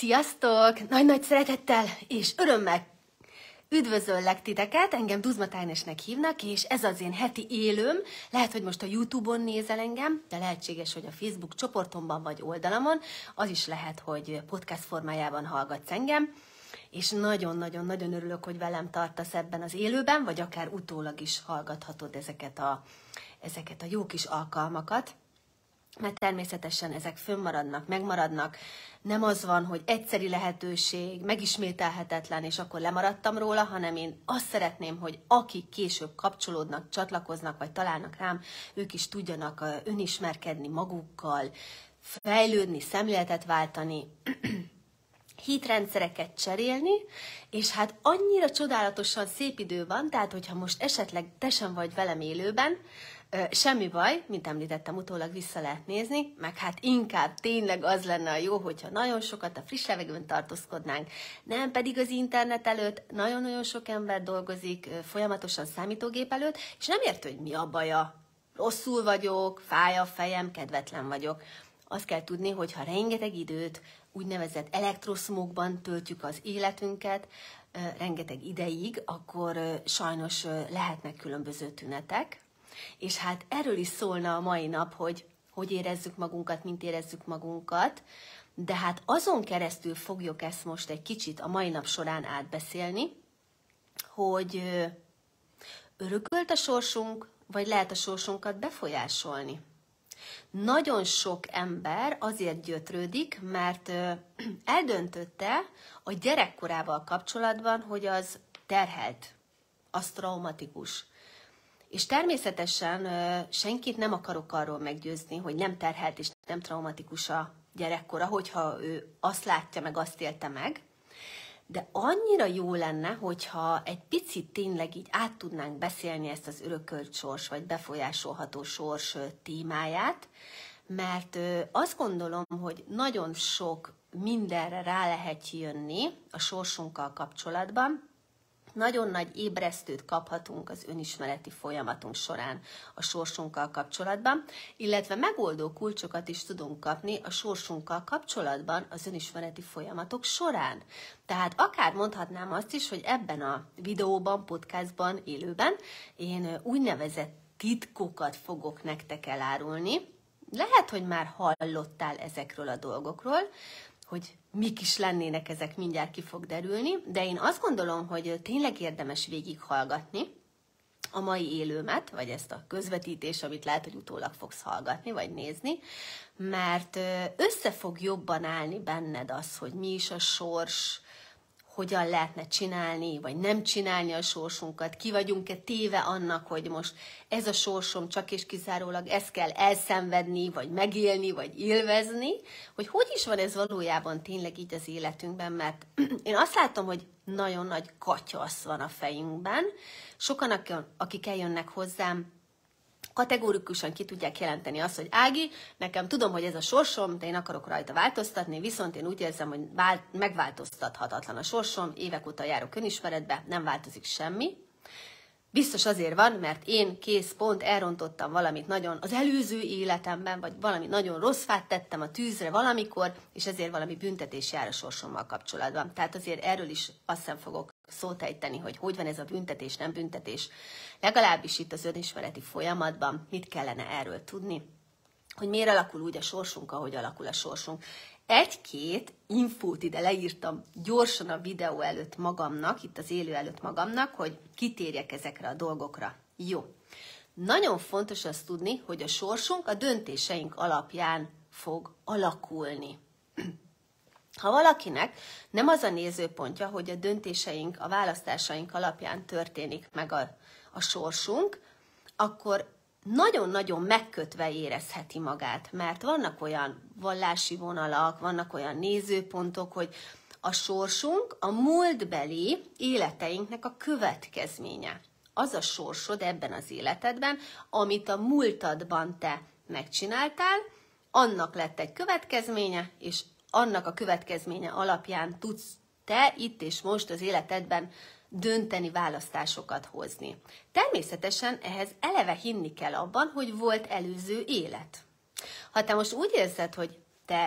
Sziasztok! Nagy-nagy szeretettel és örömmel üdvözöllek titeket, engem Duzma Tájnesnek hívnak, és ez az én heti élőm. Lehet, hogy most a YouTube-on nézel engem, de lehetséges, hogy a Facebook csoportomban vagy oldalamon, az is lehet, hogy podcast formájában hallgatsz engem, és nagyon-nagyon-nagyon örülök, hogy velem tartasz ebben az élőben, vagy akár utólag is hallgathatod ezeket a jó kis alkalmakat. Mert természetesen ezek fönnmaradnak, megmaradnak. Nem az van, hogy egyszeri lehetőség, megismételhetetlen, és akkor lemaradtam róla, hanem én azt szeretném, hogy akik később kapcsolódnak, csatlakoznak, vagy találnak rám, ők is tudjanak önismerkedni magukkal, fejlődni, szemléletet váltani, hitrendszereket cserélni, és hát annyira csodálatosan szép idő van, tehát hogyha most esetleg te sem vagy velem élőben, semmi baj, mint említettem, utólag vissza lehet nézni, meg hát inkább tényleg az lenne a jó, hogyha nagyon sokat a friss levegőn tartózkodnánk, nem pedig az internet előtt, nagyon-nagyon sok ember dolgozik folyamatosan számítógép előtt, és nem értő, hogy mi a baja. Rosszul vagyok, fáj a fejem, kedvetlen vagyok. Azt kell tudni, hogy ha rengeteg időt úgynevezett elektroszmogban töltjük az életünket, rengeteg ideig, akkor sajnos lehetnek különböző tünetek. És hát erről is szólna a mai nap, hogy érezzük magunkat, mint érezzük magunkat, de hát azon keresztül fogjuk ezt most egy kicsit a mai nap során átbeszélni, hogy örökölt a sorsunk, vagy lehet a sorsunkat befolyásolni. Nagyon sok ember azért gyötrődik, mert eldöntötte a gyerekkorával kapcsolatban, hogy az terhelt, az traumatikus. És természetesen senkit nem akarok arról meggyőzni, hogy nem terhelt és nem traumatikus a gyerekkora, hogyha ő azt látja meg, azt élte meg. De annyira jó lenne, hogyha egy picit tényleg így át tudnánk beszélni ezt az örökölt sors, vagy befolyásolható sors témáját, mert azt gondolom, hogy nagyon sok mindenre rá lehet jönni a sorsunkkal kapcsolatban. Nagyon nagy ébresztőt kaphatunk az önismereti folyamatunk során a sorsunkkal kapcsolatban, illetve megoldó kulcsokat is tudunk kapni a sorsunkkal kapcsolatban az önismereti folyamatok során. Tehát akár mondhatnám azt is, hogy ebben a videóban, podcastban, élőben én úgynevezett titkokat fogok nektek elárulni. Lehet, hogy már hallottál ezekről a dolgokról, hogy mik is lennének ezek, mindjárt ki fog derülni, de én azt gondolom, hogy tényleg érdemes végighallgatni a mai élőmet, vagy ezt a közvetítést, amit lehet, hogy utólag fogsz hallgatni, vagy nézni, mert össze fog jobban állni benned az, hogy mi is a sors, hogyan lehetne csinálni, vagy nem csinálni a sorsunkat, ki vagyunk-e téve annak, hogy most ez a sorsom csak és kizárólag ezt kell elszenvedni, vagy megélni, vagy élvezni, hogy is van ez valójában tényleg így az életünkben, mert én azt látom, hogy nagyon nagy katyasz van a fejünkben. Sokan, akik eljönnek hozzám, kategórikusan ki tudják jelenteni azt, hogy Ági, nekem tudom, hogy ez a sorsom, de én akarok rajta változtatni, viszont én úgy érzem, hogy megváltoztathatatlan a sorsom, évek óta járok önismeretbe, nem változik semmi. Biztos azért van, mert én pont elrontottam valamit nagyon az előző életemben, vagy valami nagyon rossz fát tettem a tűzre valamikor, és ezért valami büntetés jár a sorsommal kapcsolatban. Tehát azért erről is azt hiszem fogok szót ejteni, hogy van ez a büntetés, nem büntetés. Legalábbis itt az önismereti folyamatban mit kellene erről tudni, hogy miért alakul úgy a sorsunk, ahogy alakul a sorsunk. Egy-két infót ide leírtam gyorsan a videó előtt magamnak, itt az élő előtt magamnak, hogy kitérjek ezekre a dolgokra. Jó. Nagyon fontos azt tudni, hogy a sorsunk a döntéseink alapján fog alakulni. Ha valakinek nem az a nézőpontja, hogy a döntéseink, a választásaink alapján történik meg a sorsunk, akkor nagyon-nagyon megkötve érezheti magát, mert vannak olyan vallási vonalak, vannak olyan nézőpontok, hogy a sorsunk a múltbeli életeinknek a következménye. Az a sorsod ebben az életedben, amit a múltadban te megcsináltál, annak lett egy következménye, és annak a következménye alapján tudsz te itt és most az életedben dönteni, választásokat hozni. Természetesen ehhez eleve hinni kell abban, hogy volt előző élet. Ha te most úgy érzed, hogy te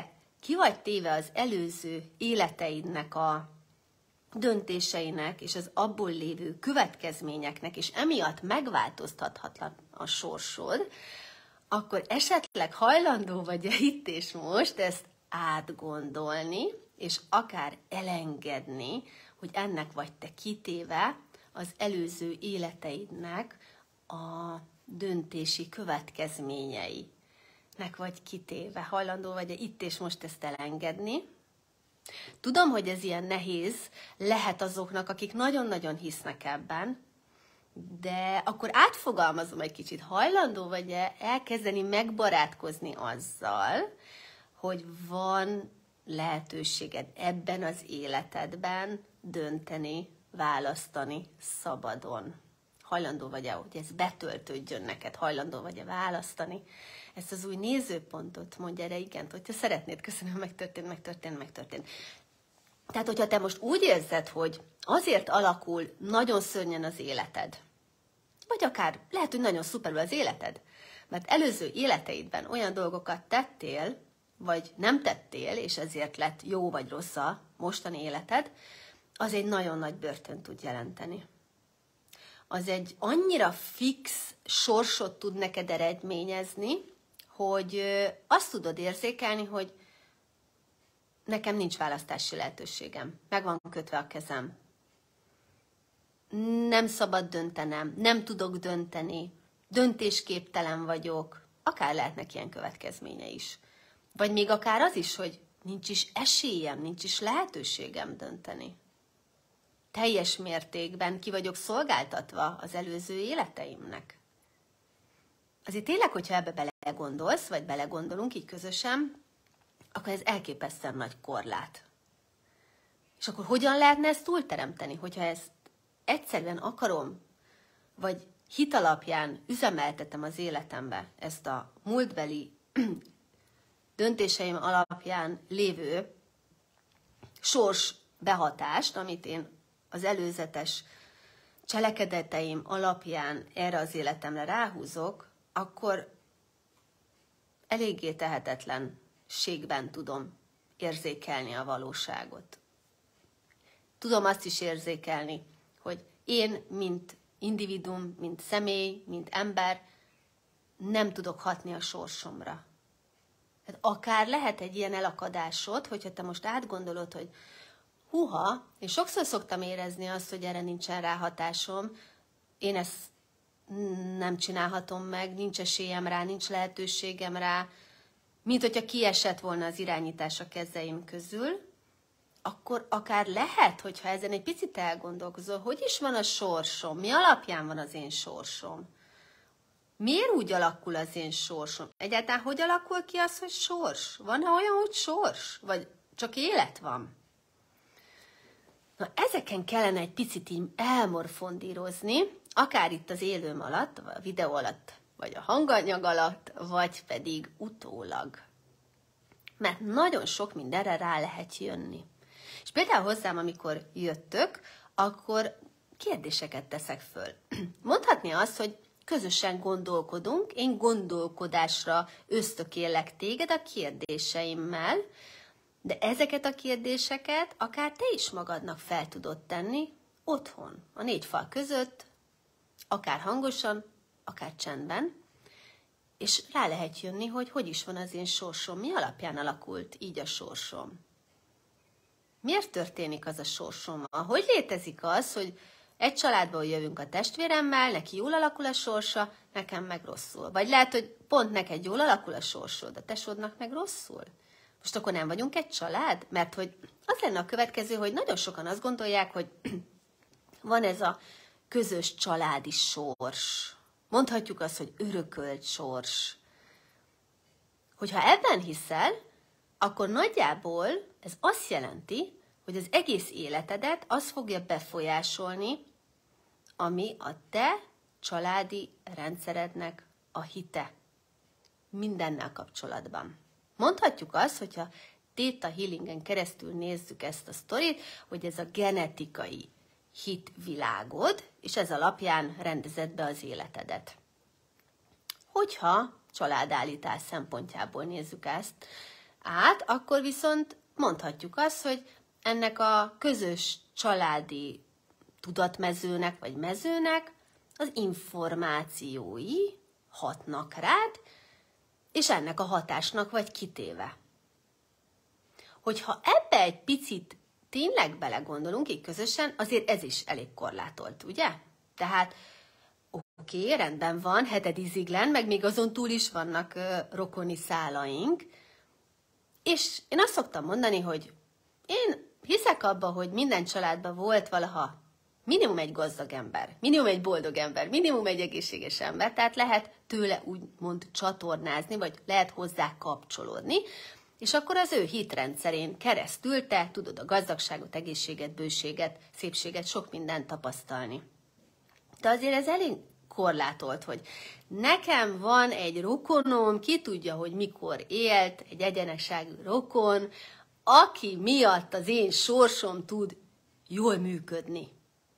ki vagy téve az előző életeidnek a döntéseinek és az abból lévő következményeknek, és emiatt megváltoztathatlan a sorsod, akkor esetleg hajlandó vagy-e itt és most ezt átgondolni, és akár elengedni, hogy ennek vagy te kitéve az előző életeidnek a döntési következményeinek vagy kitéve. Hajlandó vagy-e itt és most ezt elengedni? Tudom, hogy ez ilyen nehéz lehet azoknak, akik nagyon-nagyon hisznek ebben, de akkor átfogalmazom egy kicsit. Hajlandó vagy-e elkezdeni megbarátkozni azzal, hogy van lehetőséged ebben az életedben dönteni, választani szabadon? Hajlandó vagy-e, hogy ez betöltődjön neked? Hajlandó vagy-e választani ezt az új nézőpontot? Mondj erre igent, hogyha szeretnéd. Köszönöm, megtörtént. Tehát, hogyha te most úgy érzed, hogy azért alakul nagyon szörnyen az életed, vagy akár lehet, hogy nagyon szuperül az életed, mert előző életeidben olyan dolgokat tettél, vagy nem tettél, és ezért lett jó vagy rossz a mostani életed, az egy nagyon nagy börtön tud jelenteni. Az egy annyira fix sorsot tud neked eredményezni, hogy azt tudod érzékelni, hogy nekem nincs választási lehetőségem. Meg van kötve a kezem. Nem szabad döntenem, nem tudok dönteni, döntésképtelen vagyok. Akár lehetnek ilyen következménye is. Vagy még akár az is, hogy nincs is esélyem, nincs is lehetőségem dönteni. Teljes mértékben ki vagyok szolgáltatva az előző életeimnek. Azért tényleg, hogyha ebbe belegondolsz, vagy belegondolunk így közösen, akkor ez elképesztően nagy korlát. És akkor hogyan lehetne ezt túlteremteni, hogyha ezt egyszerűen akarom, vagy hit alapján üzemeltetem az életembe ezt a múltbeli döntéseim alapján lévő sors behatást, amit én az előzetes cselekedeteim alapján erre az életemre ráhúzok, akkor eléggé tehetetlenségben tudom érzékelni a valóságot. Tudom azt is érzékelni, hogy én, mint individuum, mint személy, mint ember nem tudok hatni a sorsomra. Tehát akár lehet egy ilyen elakadásod, hogyha te most átgondolod, hogy húha, én sokszor szoktam érezni azt, hogy erre nincsen ráhatásom, én ezt nem csinálhatom meg, nincs esélyem rá, nincs lehetőségem rá, mint hogyha kiesett volna az irányítás a kezeim közül, akkor akár lehet, hogyha ezen egy picit elgondolkozol, hogy is van a sorsom, mi alapján van az én sorsom, miért úgy alakul az én sorsom, egyáltalán hogy alakul ki az, hogy sors, van-e olyan, hogy sors, vagy csak élet van? Na, ezeken kellene egy picit így elmorfondírozni, akár itt az élőm alatt, a videó alatt, vagy a hanganyag alatt, vagy pedig utólag. Mert nagyon sok mindenre rá lehet jönni. És például hozzám, amikor jöttök, akkor kérdéseket teszek föl. Mondhatni azt, hogy közösen gondolkodunk, én gondolkodásra ösztökélek téged a kérdéseimmel, de ezeket a kérdéseket akár te is magadnak fel tudod tenni otthon, a négy fal között, akár hangosan, akár csendben, és rá lehet jönni, hogy is van az én sorsom, mi alapján alakult így a sorsom. Miért történik az a sorsommal? Hogy létezik az, hogy egy családból jövünk a testvéremmel, neki jól alakul a sorsa, nekem meg rosszul. Vagy lehet, hogy pont neked jól alakul a sorsod, a tesódnak meg rosszul. Most akkor nem vagyunk egy család? Mert hogy az lenne a következő, hogy nagyon sokan azt gondolják, hogy van ez a közös családi sors. Mondhatjuk azt, hogy örökölt sors. Hogyha ebben hiszel, akkor nagyjából ez azt jelenti, hogy az egész életedet az fogja befolyásolni, ami a te családi rendszerednek a hite. Mindennel kapcsolatban. Mondhatjuk azt, hogyha Theta Healingen keresztül nézzük ezt a sztorit, hogy ez a genetikai hitvilágod, és ez alapján rendezed be az életedet. Hogyha családállítás szempontjából nézzük ezt, át, akkor viszont mondhatjuk azt, hogy ennek a közös családi tudatmezőnek vagy mezőnek az információi hatnak rád, és ennek a hatásnak vagy kitéve. Hogyha ebbe egy picit tényleg belegondolunk így közösen, azért ez is elég korlátolt, ugye? Tehát oké, rendben van, heted iziglen, meg még azon túl is vannak rokoni szálaink, és én azt szoktam mondani, hogy én hiszek abba, hogy minden családban volt valaha minimum egy gazdag ember, minimum egy boldog ember, minimum egy egészséges ember, tehát lehet tőle úgymond csatornázni, vagy lehet hozzá kapcsolódni, és akkor az ő hitrendszerén keresztül te tudod a gazdagságot, egészséget, bőséget, szépséget, sok mindent tapasztalni. De azért ez elég korlátolt, hogy nekem van egy rokonom, ki tudja, hogy mikor élt, egy egyeneságú rokon, aki miatt az én sorsom tud jól működni.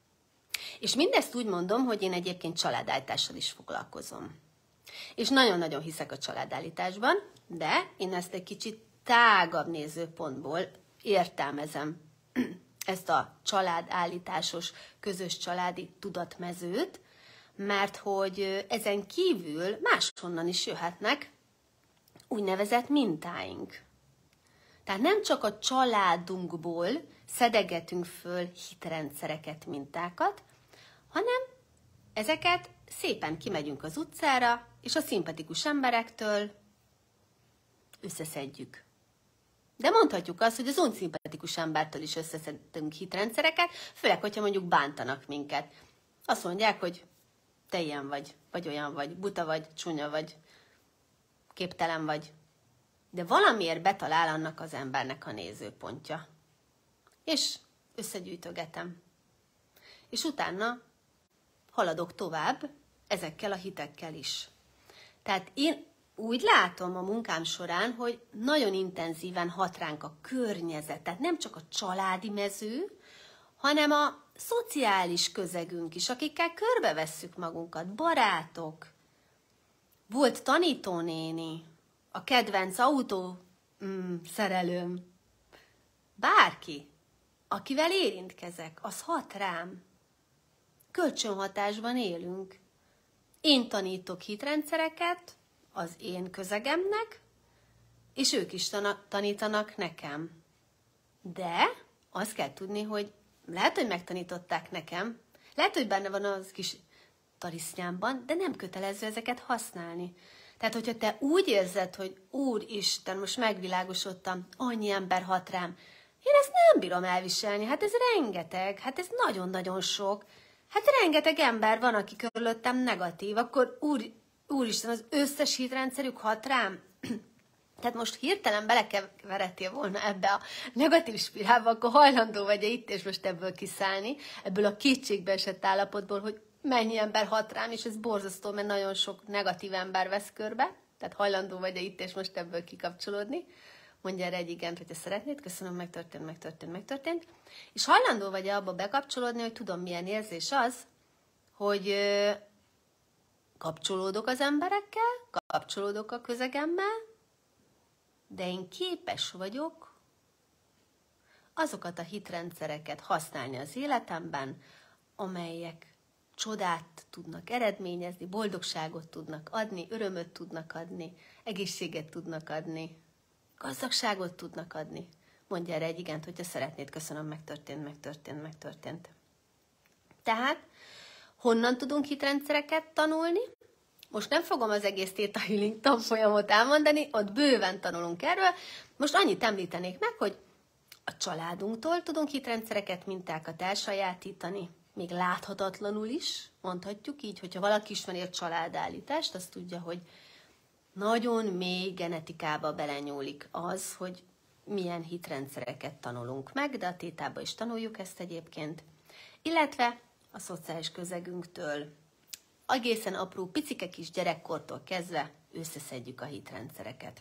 És mindezt úgy mondom, hogy én egyébként családállítással is foglalkozom. És nagyon-nagyon hiszek a családállításban, de én ezt egy kicsit tágabb nézőpontból értelmezem ezt a családállításos, közös családi tudatmezőt, mert hogy ezen kívül máshonnan is jöhetnek úgynevezett mintáink. Tehát nem csak a családunkból szedegetünk föl hitrendszereket, mintákat, hanem ezeket szépen kimegyünk az utcára, és a szimpatikus emberektől összeszedjük. De mondhatjuk azt, hogy az unszimpatikus embertől is összeszedünk hitrendszereket, főleg, hogyha mondjuk bántanak minket. Azt mondják, hogy te ilyen vagy olyan vagy, buta vagy, csúnya vagy, képtelen vagy. De valamiért betalál annak az embernek a nézőpontja. És összegyűjtögetem. És utána haladok tovább ezekkel a hitekkel is. Tehát én úgy látom a munkám során, hogy nagyon intenzíven hat ránk a környezet, tehát nem csak a családi mező, hanem a szociális közegünk is, akikkel körbevesszük magunkat, barátok. Volt tanítónéni, a kedvenc autó szerelőm, bárki, akivel érintkezek, az hat rám. Kölcsönhatásban élünk. Én tanítok hitrendszereket az én közegemnek, és ők is tanítanak nekem. De azt kell tudni, hogy lehet, hogy megtanították nekem, lehet, hogy benne van az kis tarisznyámban, de nem kötelező ezeket használni. Tehát, hogyha te úgy érzed, hogy Úristen, most megvilágosodtam, annyi ember hat rám, én ezt nem bírom elviselni, hát ez rengeteg, hát ez nagyon-nagyon sok. Hát rengeteg ember van, aki körülöttem negatív, akkor Úristen, az összes hitrendszerük hat rám. Tehát most hirtelen belekeveredtél volna ebbe a negatív spirálba, akkor hajlandó vagy-e itt és most ebből kiszállni, ebből a kétségbe esett állapotból, hogy mennyi ember hat rám, és ez borzasztó, mert nagyon sok negatív ember vesz körbe, tehát hajlandó vagy-e itt és most ebből kikapcsolódni. Mondja erre egy igent, hogyha szeretnéd, köszönöm, megtörtént. És hajlandó vagy-e abba bekapcsolódni, hogy tudom, milyen érzés az, hogy kapcsolódok az emberekkel, kapcsolódok a közegemmel, de én képes vagyok azokat a hitrendszereket használni az életemben, amelyek csodát tudnak eredményezni, boldogságot tudnak adni, örömöt tudnak adni, egészséget tudnak adni, gazdagságot tudnak adni. Mondja erre egy igent, hogyha szeretnéd, köszönöm, megtörtént. Tehát, honnan tudunk hitrendszereket tanulni? Most nem fogom az egész Theta Healing tanfolyamot elmondani, ott bőven tanulunk erről. Most annyit említenék meg, hogy a családunktól tudunk hitrendszereket, mintákat elsajátítani, még láthatatlanul is, mondhatjuk így, hogyha valaki ismeri a családállítást, azt tudja, hogy nagyon mély genetikába belenyúlik az, hogy milyen hitrendszereket tanulunk meg, de a tétában is tanuljuk ezt egyébként, illetve a szociális közegünktől, egészen apró, picike kis gyerekkortól kezdve összeszedjük a hitrendszereket.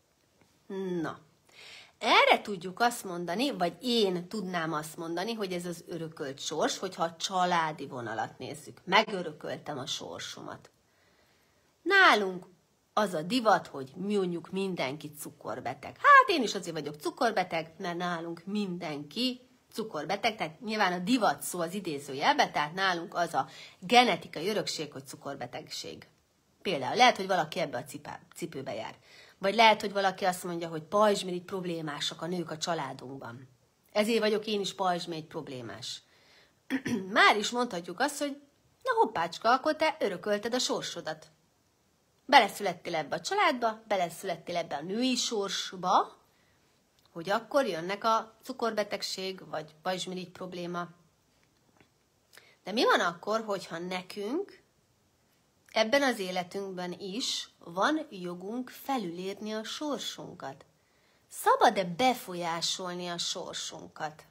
Na, erre tudjuk azt mondani, vagy én tudnám azt mondani, hogy ez az örökölt sors, hogyha a családi vonalat nézzük. Megörököltem a sorsomat. Nálunk az a divat, hogy mondjuk mindenki cukorbeteg. Hát én is azért vagyok cukorbeteg, mert nálunk mindenki cukorbeteg, tehát nyilván a divat szó az idézőjelbe, tehát nálunk az a genetikai örökség, hogy cukorbetegség. Például lehet, hogy valaki ebbe a cipőbe jár. Vagy lehet, hogy valaki azt mondja, hogy pajzsmirigy problémásak a nők a családunkban. Ezért vagyok én is pajzsmirigy problémás. Már is mondhatjuk azt, hogy na hoppácska, akkor te örökölted a sorsodat. Beleszülettél ebbe a családba, beleszülettél ebbe a női sorsba, hogy akkor jönnek a cukorbetegség, vagy pajzsmirigy probléma. De mi van akkor, hogyha nekünk ebben az életünkben is van jogunk felülírni a sorsunkat? Szabad-e befolyásolni a sorsunkat?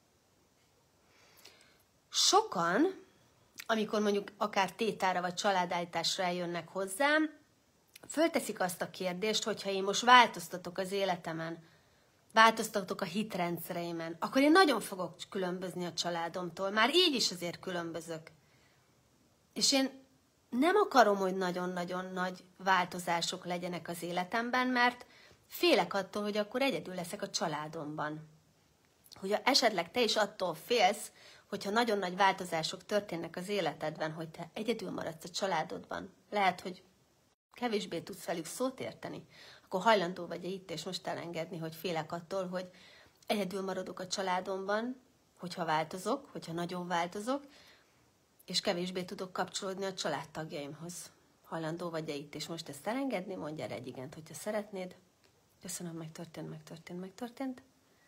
Sokan, amikor mondjuk akár tétára vagy családállításra eljönnek hozzám, fölteszik azt a kérdést, hogyha én most változtatok az életemen, változtatok a hitrendszereimen, akkor én nagyon fogok különbözni a családomtól. Már így is azért különbözök. És én nem akarom, hogy nagyon-nagyon nagy változások legyenek az életemben, mert félek attól, hogy akkor egyedül leszek a családomban. Hogyha esetleg te is attól félsz, hogyha nagyon nagy változások történnek az életedben, hogy te egyedül maradsz a családodban, lehet, hogy kevésbé tudsz velük szót érteni, akkor hajlandó vagy itt és most elengedni, hogy félek attól, hogy egyedül maradok a családomban, hogyha változok, hogyha nagyon változok, és kevésbé tudok kapcsolódni a családtagjaimhoz. Hajlandó vagy itt és most ezt elengedni? Mondj erre egy igent, hogyha szeretnéd. Köszönöm, megtörtént.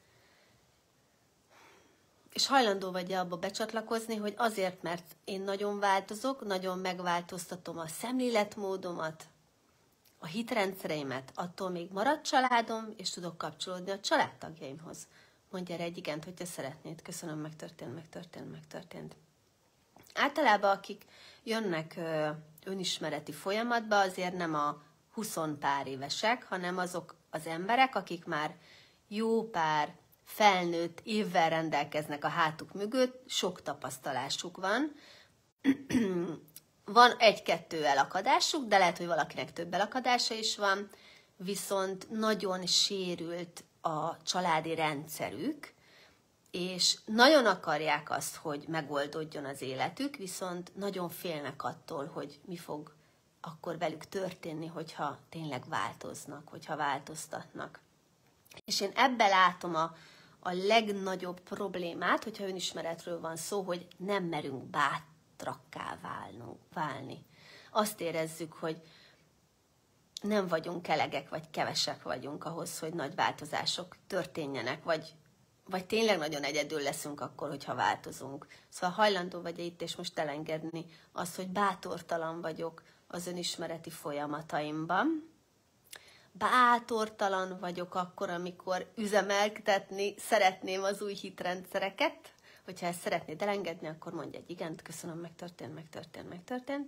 És hajlandó vagy abba becsatlakozni, hogy azért, mert én nagyon változok, nagyon megváltoztatom a szemléletmódomat, a hitrendszereimet, attól még marad családom, és tudok kapcsolódni a családtagjaimhoz. Mondj erre egy igent, hogyha szeretnéd. Köszönöm, megtörtént. Általában akik jönnek önismereti folyamatba, azért nem a 20 pár évesek, hanem azok az emberek, akik már jó pár felnőtt évvel rendelkeznek a hátuk mögött, sok tapasztalásuk van. Van egy-kettő elakadásuk, de lehet, hogy valakinek több elakadása is van, viszont nagyon sérült a családi rendszerük, és nagyon akarják azt, hogy megoldódjon az életük, viszont nagyon félnek attól, hogy mi fog akkor velük történni, hogyha tényleg változnak, hogyha változtatnak. És én ebben látom a legnagyobb problémát, hogyha önismeretről van szó, hogy nem merünk bátrakká válni. Azt érezzük, hogy nem vagyunk elegek, vagy kevesek vagyunk ahhoz, hogy nagy változások történjenek, vagy tényleg nagyon egyedül leszünk akkor, hogyha változunk. Szóval hajlandó vagy itt és most elengedni azt, hogy bátortalan vagyok az önismereti folyamataimban. Bátortalan vagyok akkor, amikor üzemeltetni szeretném az új hitrendszereket. Hogyha ezt szeretnéd elengedni, akkor mondj egy igent. Köszönöm, megtörtént.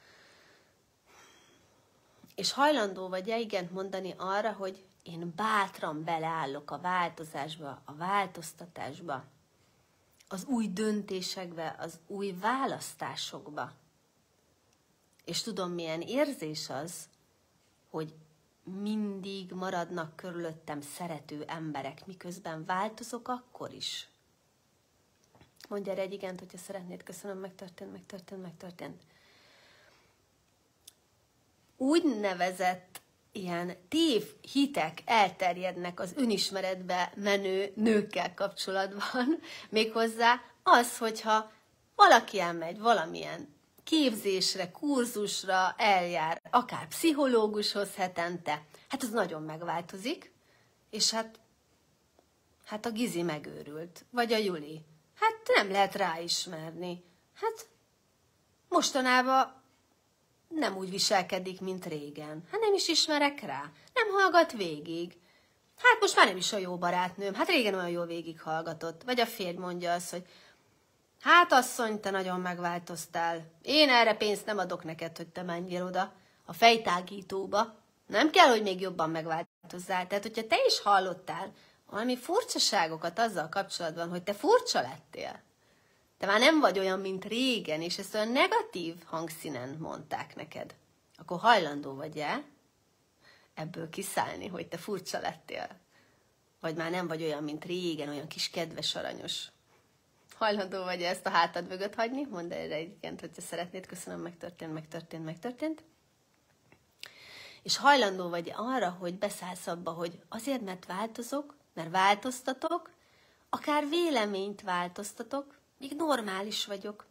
És hajlandó vagy-e igent mondani arra, hogy én bátran beleállok a változásba, a változtatásba, az új döntésekbe, az új választásokba. És tudom, milyen érzés az, hogy mindig maradnak körülöttem szerető emberek, miközben változok akkor is. Mondj erre egy igent, hogyha szeretnéd. Köszönöm, megtörtént. Úgynevezett ilyen tévhitek elterjednek az önismeretbe menő nőkkel kapcsolatban, méghozzá az, hogyha valaki elmegy valamilyen képzésre, kurzusra, eljár, akár pszichológushoz hetente, hát az nagyon megváltozik, és hát a Gizi megőrült, vagy a Juli. Hát nem lehet ráismerni. Hát mostanában nem úgy viselkedik, mint régen. Hát nem is ismerek rá. Nem hallgat végig. Hát most már nem is a jó barátnőm. Hát régen olyan jól végighallgatott. Vagy a férj mondja azt, hogy hát asszony, te nagyon megváltoztál. Én erre pénzt nem adok neked, hogy te menjél oda a fejtágítóba. Nem kell, hogy még jobban megváltozzál. Tehát, hogyha te is hallottál valami furcsaságokat azzal kapcsolatban, hogy te furcsa lettél, te már nem vagy olyan, mint régen, és ezt olyan negatív hangszínen mondták neked, akkor hajlandó vagy-e ebből kiszállni, hogy te furcsa lettél. Vagy már nem vagy olyan, mint régen, olyan kis kedves, aranyos. Hajlandó vagy ezt a hátad mögött hagyni? Mondd erre egyébként, hogyha szeretnéd. Köszönöm, megtörtént. És hajlandó vagy arra, hogy beszállsz abba, hogy azért, mert változok, mert változtatok, akár véleményt változtatok, még normális vagyok.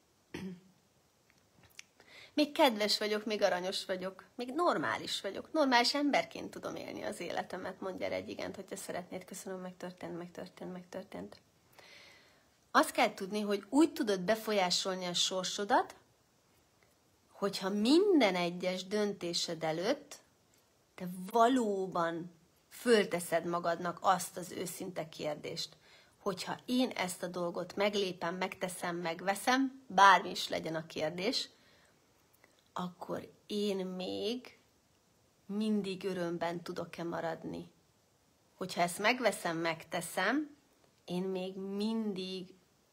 Még kedves vagyok, még aranyos vagyok, még normális vagyok. Normális emberként tudom élni az életemet. Mondj erre egy igent, hogyha szeretnéd. Köszönöm, megtörtént. Azt kell tudni, hogy úgy tudod befolyásolni a sorsodat, hogyha minden egyes döntésed előtt te valóban fölteszed magadnak azt az őszinte kérdést, hogyha én ezt a dolgot meglépem, megteszem, megveszem, bármi is legyen a kérdés, akkor én még mindig örömben tudok-e maradni. Hogyha ezt megveszem, megteszem, én még mindig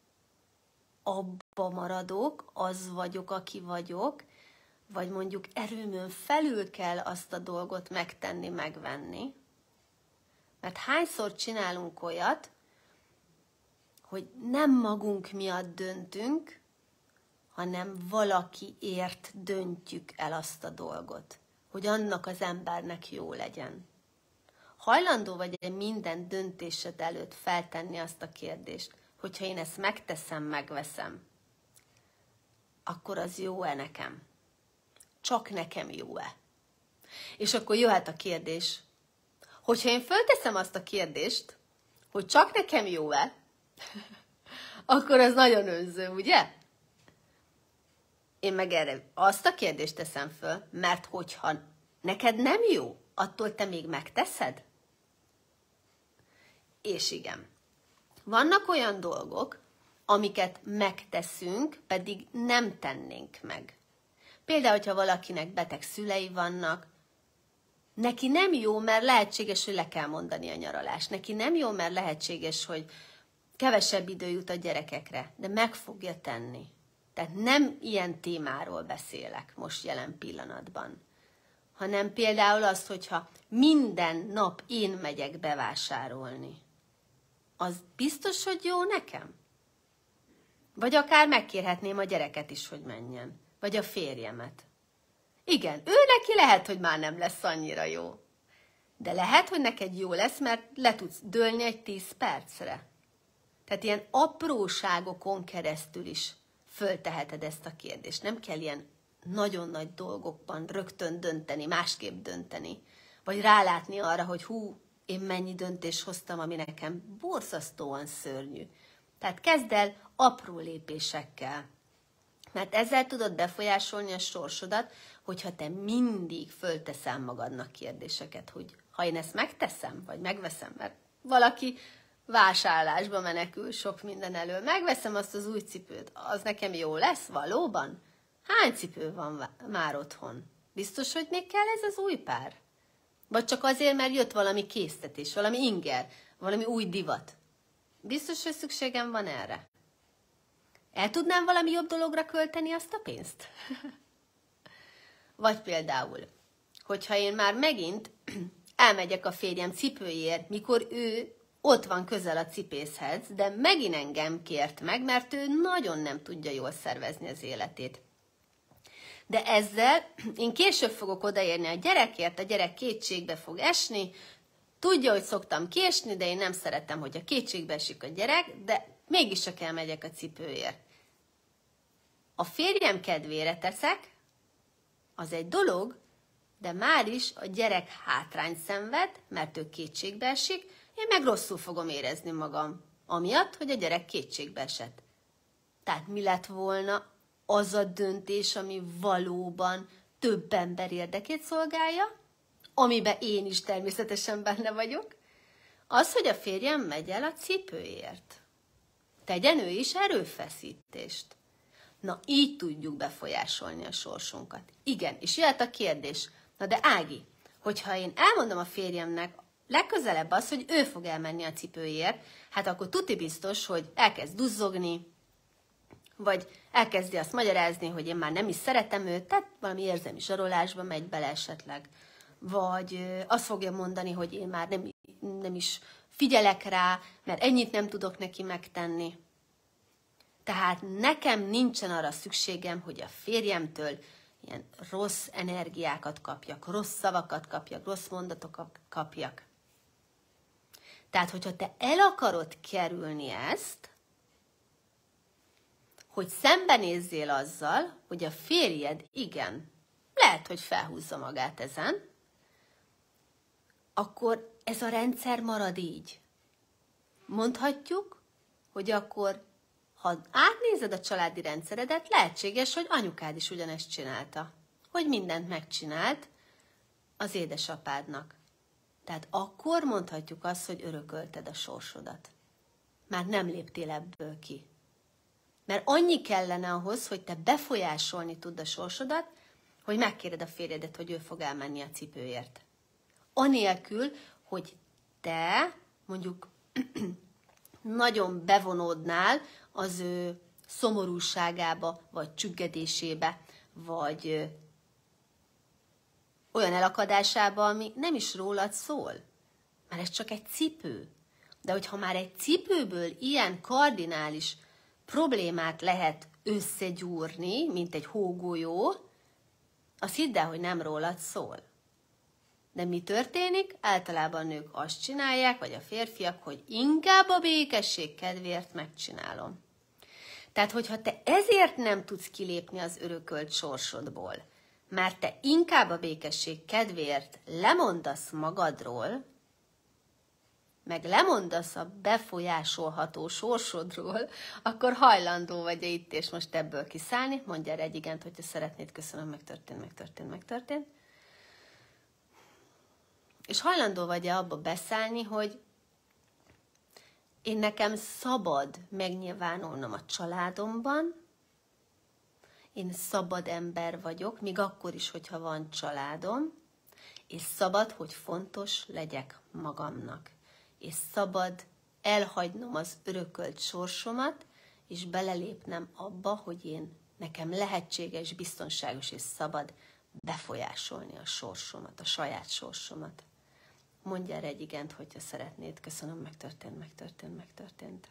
abba maradok, az vagyok, aki vagyok, vagy mondjuk erőmön felül kell azt a dolgot megtenni, megvenni. Mert hányszor csinálunk olyat, hogy nem magunk miatt döntünk, hanem valakiért döntjük el azt a dolgot, hogy annak az embernek jó legyen. Hajlandó vagy minden döntésed előtt feltenni azt a kérdést, hogyha én ezt megteszem, megveszem, akkor az jó-e nekem? Csak nekem jó-e? És akkor jöhet a kérdés, hogyha én fölteszem azt a kérdést, hogy csak nekem jó-e, akkor az nagyon önző, ugye? Én meg erre azt a kérdést teszem föl, mert hogyha neked nem jó, attól te még megteszed? És igen. Vannak olyan dolgok, amiket megteszünk, pedig nem tennénk meg. Például, hogyha valakinek beteg szülei vannak, neki nem jó, mert lehetséges, hogy le kell mondani a nyaralást. Neki nem jó, mert lehetséges, hogy kevesebb idő jut a gyerekekre, de meg fogja tenni. Tehát nem ilyen témáról beszélek most jelen pillanatban, hanem például azt, hogyha minden nap én megyek bevásárolni, az biztos, hogy jó nekem? Vagy akár megkérhetném a gyereket is, hogy menjen, vagy a férjemet. Igen, ő neki lehet, hogy már nem lesz annyira jó. De lehet, hogy neked jó lesz, mert le tudsz dőlni egy 10 percre. Tehát ilyen apróságokon keresztül is fölteheted ezt a kérdést. Nem kell ilyen nagyon nagy dolgokban rögtön dönteni, másképp dönteni. Vagy rálátni arra, hogy hú, én mennyi döntést hoztam, ami nekem borzasztóan szörnyű. Tehát kezd el apró lépésekkel. Mert ezzel tudod befolyásolni a sorsodat, hogyha te mindig fölteszel magadnak kérdéseket, hogy ha én ezt megteszem, vagy megveszem, mert valaki vásárlásba menekül sok minden elől. Megveszem azt az új cipőt, az nekem jó lesz valóban? Hány cipő van már otthon? Biztos, hogy még kell ez az új pár? Vagy csak azért, mert jött valami késztetés, valami inger, valami új divat? Biztos, hogy szükségem van erre? El tudnám valami jobb dologra költeni azt a pénzt? Vagy például, hogyha én már megint elmegyek a férjem cipőjéért, mikor ő ott van közel a cipészhez, de megint engem kért meg, mert ő nagyon nem tudja jól szervezni az életét. De ezzel én később fogok odaérni a gyerekért, a gyerek kétségbe fog esni, tudja, hogy szoktam késni, de én nem szeretem, hogy a kétségbe esik a gyerek, de mégis csak elmegyek a cipőért. A férjem kedvére teszek, az egy dolog, de már is a gyerek hátrányt szenved, mert ő kétségbe esik, én meg rosszul fogom érezni magam, amiatt, hogy a gyerek kétségbe esett. Tehát mi lett volna az a döntés, ami valóban több ember érdekét szolgálja, amiben én is természetesen benne vagyok, az, hogy a férjem megy el a cipőért. Tegyen ő is erőfeszítést. Na, így tudjuk befolyásolni a sorsunkat. Igen, és jöhet a kérdés, na de Ági, hogyha én elmondom a férjemnek legközelebb az, hogy ő fog elmenni a cipőért, hát akkor tuti biztos, hogy elkezd duzzogni, vagy elkezdi azt magyarázni, hogy én már nem is szeretem őt, tehát valami érzelmi zsarolásba megy bele esetleg. vagy azt fogja mondani, hogy én már nem is figyelek rá, mert ennyit nem tudok neki megtenni. Tehát nekem nincsen arra szükségem, hogy a férjemtől ilyen rossz energiákat kapjak, rossz szavakat kapjak, rossz mondatokat kapjak. Tehát, hogyha te el akarod kerülni ezt, hogy szembenézzél azzal, hogy a férjed igen, lehet, hogy felhúzza magát ezen, akkor ez a rendszer marad így. Mondhatjuk, hogy akkor, ha átnézed a családi rendszeredet, lehetséges, hogy anyukád is ugyanezt csinálta. Hogy mindent megcsinált az édesapádnak. Tehát akkor mondhatjuk azt, hogy örökölted a sorsodat. Már nem léptél ebből ki. Mert annyi kellene ahhoz, hogy te befolyásolni tudd a sorsodat, hogy megkéred a férjedet, hogy ő fog elmenni a cipőért. Anélkül, hogy te mondjuk nagyon bevonódnál az ő szomorúságába, vagy csüggedésébe, vagy olyan elakadásába, ami nem is rólad szól. Mert ez csak egy cipő. De hogyha már egy cipőből ilyen kardinális problémát lehet összegyúrni, mint egy hógolyó, azt hidd el, hogy nem rólad szól. De mi történik? Általában nők azt csinálják, vagy a férfiak, hogy inkább a békesség kedvéért megcsinálom. Tehát, hogyha te ezért nem tudsz kilépni az örökölt sorsodból, mert te inkább a békesség kedvéért lemondasz magadról, meg lemondasz a befolyásolható sorsodról, akkor hajlandó vagy-e itt és most ebből kiszállni? Mondj erre egy igent, hogyha szeretnéd, köszönöm, megtörtént. És hajlandó vagy-e abba beszállni, hogy én nekem szabad megnyilvánulnom a családomban, én szabad ember vagyok, még akkor is, hogyha van családom, és szabad, hogy fontos legyek magamnak. És szabad elhagynom az örökölt sorsomat, és belelépnem abba, hogy nekem lehetséges, biztonságos és szabad befolyásolni a sorsomat, a saját sorsomat. Mondj erre egy igent, hogyha szeretnéd. Köszönöm, megtörtént.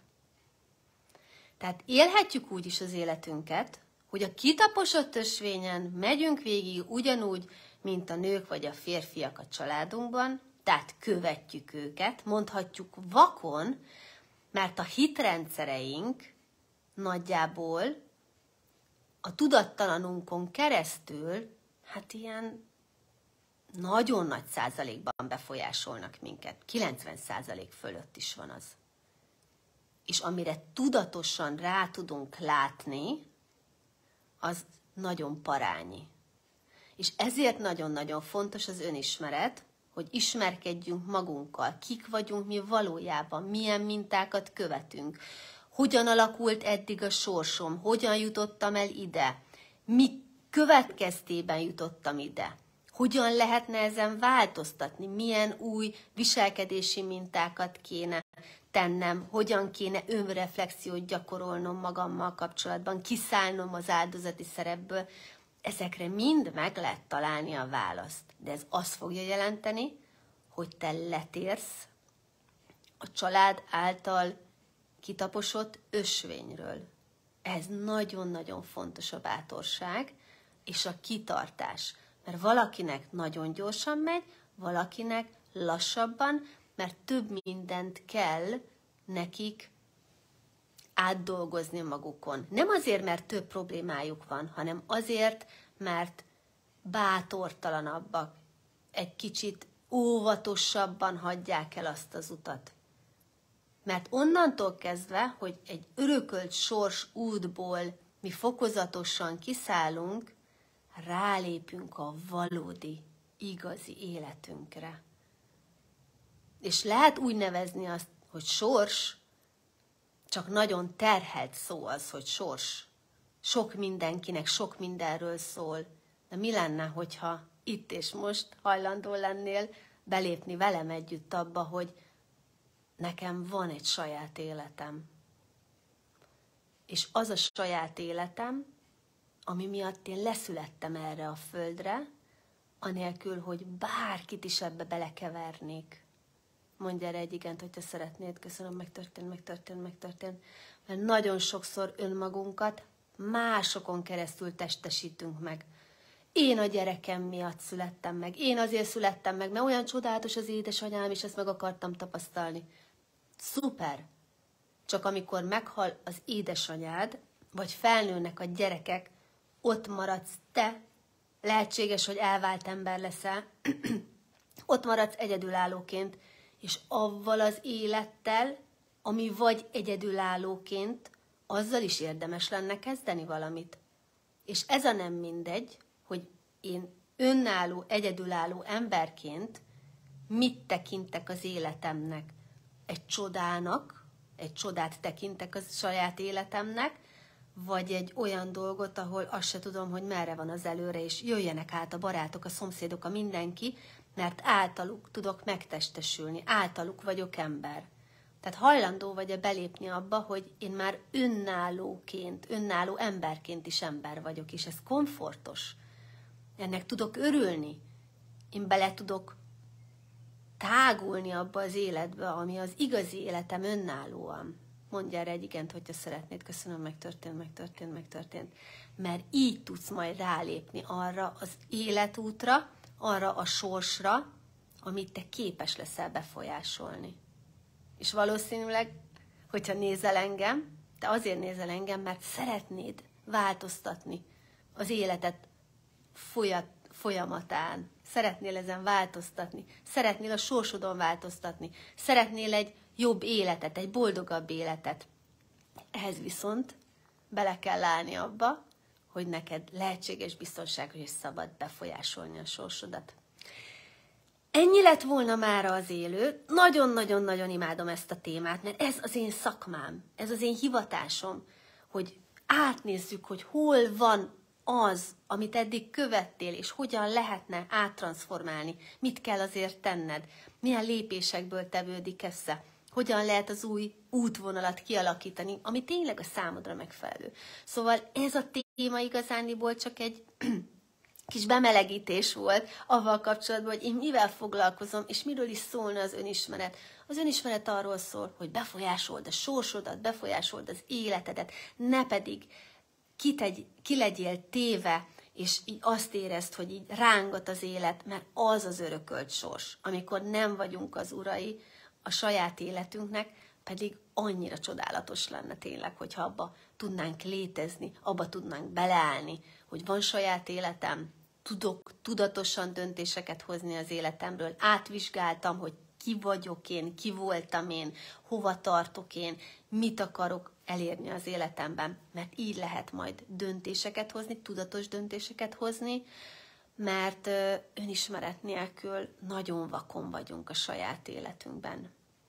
Tehát élhetjük úgy is az életünket, hogy a kitaposott ösvényen megyünk végig ugyanúgy, mint a nők vagy a férfiak a családunkban, tehát követjük őket, mondhatjuk vakon, mert a hitrendszereink nagyjából a tudattalanunkon keresztül, hát ilyen nagyon nagy százalékban befolyásolnak minket. 90% fölött is van az. És amire tudatosan rá tudunk látni, az nagyon parányi. És ezért nagyon-nagyon fontos az önismeret, hogy ismerkedjünk magunkkal, kik vagyunk mi valójában, milyen mintákat követünk, hogyan alakult eddig a sorsom, hogyan jutottam el ide, mi következtében jutottam ide, hogyan lehetne ezen változtatni, milyen új viselkedési mintákat kéne tennem, hogyan kéne önreflexiót gyakorolnom magammal kapcsolatban, kiszállnom az áldozati szerepből. Ezekre mind meg lehet találni a választ. De ez azt fogja jelenteni, hogy te letérsz a család által kitaposott ösvényről. Ez nagyon-nagyon fontos a bátorság és a kitartás. Mert valakinek nagyon gyorsan megy, valakinek lassabban, mert több mindent kell nekik átdolgozni magukon. Nem azért, mert több problémájuk van, hanem azért, mert bátortalanabbak, egy kicsit óvatosabban hagyják el azt az utat. Mert onnantól kezdve, hogy egy örökölt sors útból mi fokozatosan kiszállunk, rálépünk a valódi, igazi életünkre. És lehet úgy nevezni azt, hogy sors, csak nagyon terhelt szó az, hogy sors. Sok mindenkinek, sok mindenről szól. De mi lenne, hogyha itt és most hajlandó lennél belépni velem együtt abba, hogy nekem van egy saját életem. És az a saját életem, ami miatt én leszülettem erre a földre, anélkül, hogy bárkit is ebbe belekevernék. Mondj erre egy igent, hogyha szeretnéd. Köszönöm, megtörtént. Mert nagyon sokszor önmagunkat másokon keresztül testesítünk meg. Én a gyerekem miatt születtem meg. Én azért születtem meg, mert olyan csodálatos az édesanyám, és ezt meg akartam tapasztalni. Szuper! Csak amikor meghal az édesanyád, vagy felnőnek a gyerekek, ott maradsz te, lehetséges, hogy elvált ember leszel, ott maradsz egyedülállóként, és avval az élettel, ami vagy egyedülállóként, azzal is érdemes lenne kezdeni valamit. És ez a nem mindegy, hogy én önálló, egyedülálló emberként mit tekintek az életemnek. Egy csodának, egy csodát tekintek a saját életemnek, vagy egy olyan dolgot, ahol azt se tudom, hogy merre van az előre, és jöjjenek át a barátok, a szomszédok, a mindenki, mert általuk tudok megtestesülni, általuk vagyok ember. Tehát hajlandó vagy-e belépni abba, hogy én már önállóként, önálló emberként is ember vagyok, és ez komfortos. Ennek tudok örülni. Én bele tudok tágulni abba az életbe, ami az igazi életem önállóan. Mondj erre egy igent, hogyha szeretnéd. Köszönöm, megtörtént. Mert így tudsz majd rálépni arra az életútra, arra a sorsra, amit te képes leszel befolyásolni. És valószínűleg, hogyha nézel engem, te azért nézel engem, mert szeretnéd változtatni az életet folyamatán. Szeretnél ezen változtatni. Szeretnél a sorsodon változtatni. Szeretnél egy jobb életet, egy boldogabb életet. Ehhez viszont bele kell állni abba, hogy neked lehetséges, biztonságos és szabad befolyásolni a sorsodat. Ennyi lett volna mára az élő. Nagyon-nagyon-nagyon imádom ezt a témát, mert ez az én szakmám, ez az én hivatásom, hogy átnézzük, hogy hol van az, amit eddig követtél, és hogyan lehetne áttranszformálni, mit kell azért tenned, milyen lépésekből tevődik össze, hogyan lehet az új útvonalat kialakítani, ami tényleg a számodra megfelelő. Szóval ez a téma igazániból csak egy kis bemelegítés volt avval kapcsolatban, hogy én mivel foglalkozom, és miről is szólna az önismeret. Az önismeret arról szól, hogy befolyásold a sorsodat, befolyásold az életedet, ne pedig ki legyél téve, és így azt érezd, hogy így rángat az élet, mert az az örökölt sors, amikor nem vagyunk az urai a saját életünknek, pedig annyira csodálatos lenne tényleg, hogyha abba tudnánk létezni, abba tudnánk beleállni, hogy van saját életem, tudok tudatosan döntéseket hozni az életemről, átvizsgáltam, hogy ki vagyok én, ki voltam én, hova tartok én, mit akarok elérni az életemben, mert így lehet majd döntéseket hozni, tudatos döntéseket hozni, mert önismeret nélkül nagyon vakon vagyunk a saját életünkben.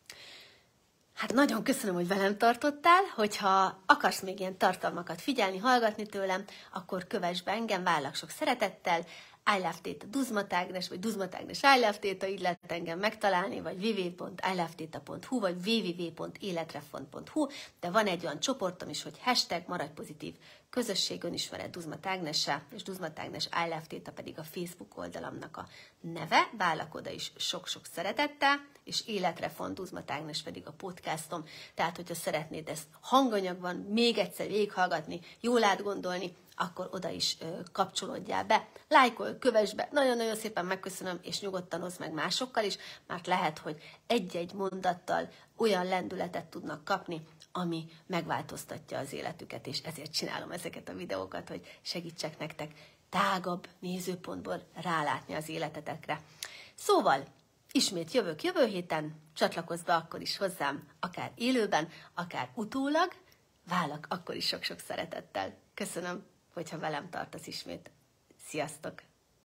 Hát nagyon köszönöm, hogy velem tartottál, hogyha akarsz még ilyen tartalmakat figyelni, hallgatni tőlem, akkor kövess be engem, várlak sok szeretettel, I Love Theta Duzmatágnes, vagy Duzmatágnes I Love Theta, így lehet engem megtalálni, vagy www.ilovetheta.hu, vagy www.életrefont.hu, de van egy olyan csoportom is, hogy #maradj pozitív közösség önismeret Duzmatágnessel, és Duzmatágnes I Love Theta pedig a Facebook oldalamnak a neve, várlak oda is sok-sok szeretettel, és Életrefont Duzmatágnes pedig a podcastom, tehát hogyha szeretnéd ezt hanganyagban még egyszer végighallgatni, jól átgondolni, akkor oda is kapcsolódjál be. Lájkolj, kövess be, nagyon-nagyon szépen megköszönöm, és nyugodtan oszd meg másokkal is, mert lehet, hogy egy-egy mondattal olyan lendületet tudnak kapni, ami megváltoztatja az életüket, és ezért csinálom ezeket a videókat, hogy segítsek nektek tágabb nézőpontból rálátni az életetekre. Szóval, ismét jövök jövő héten, csatlakozz be akkor is hozzám, akár élőben, akár utólag, várlak akkor is sok-sok szeretettel. Köszönöm, hogyha velem tartasz ismét. Sziasztok!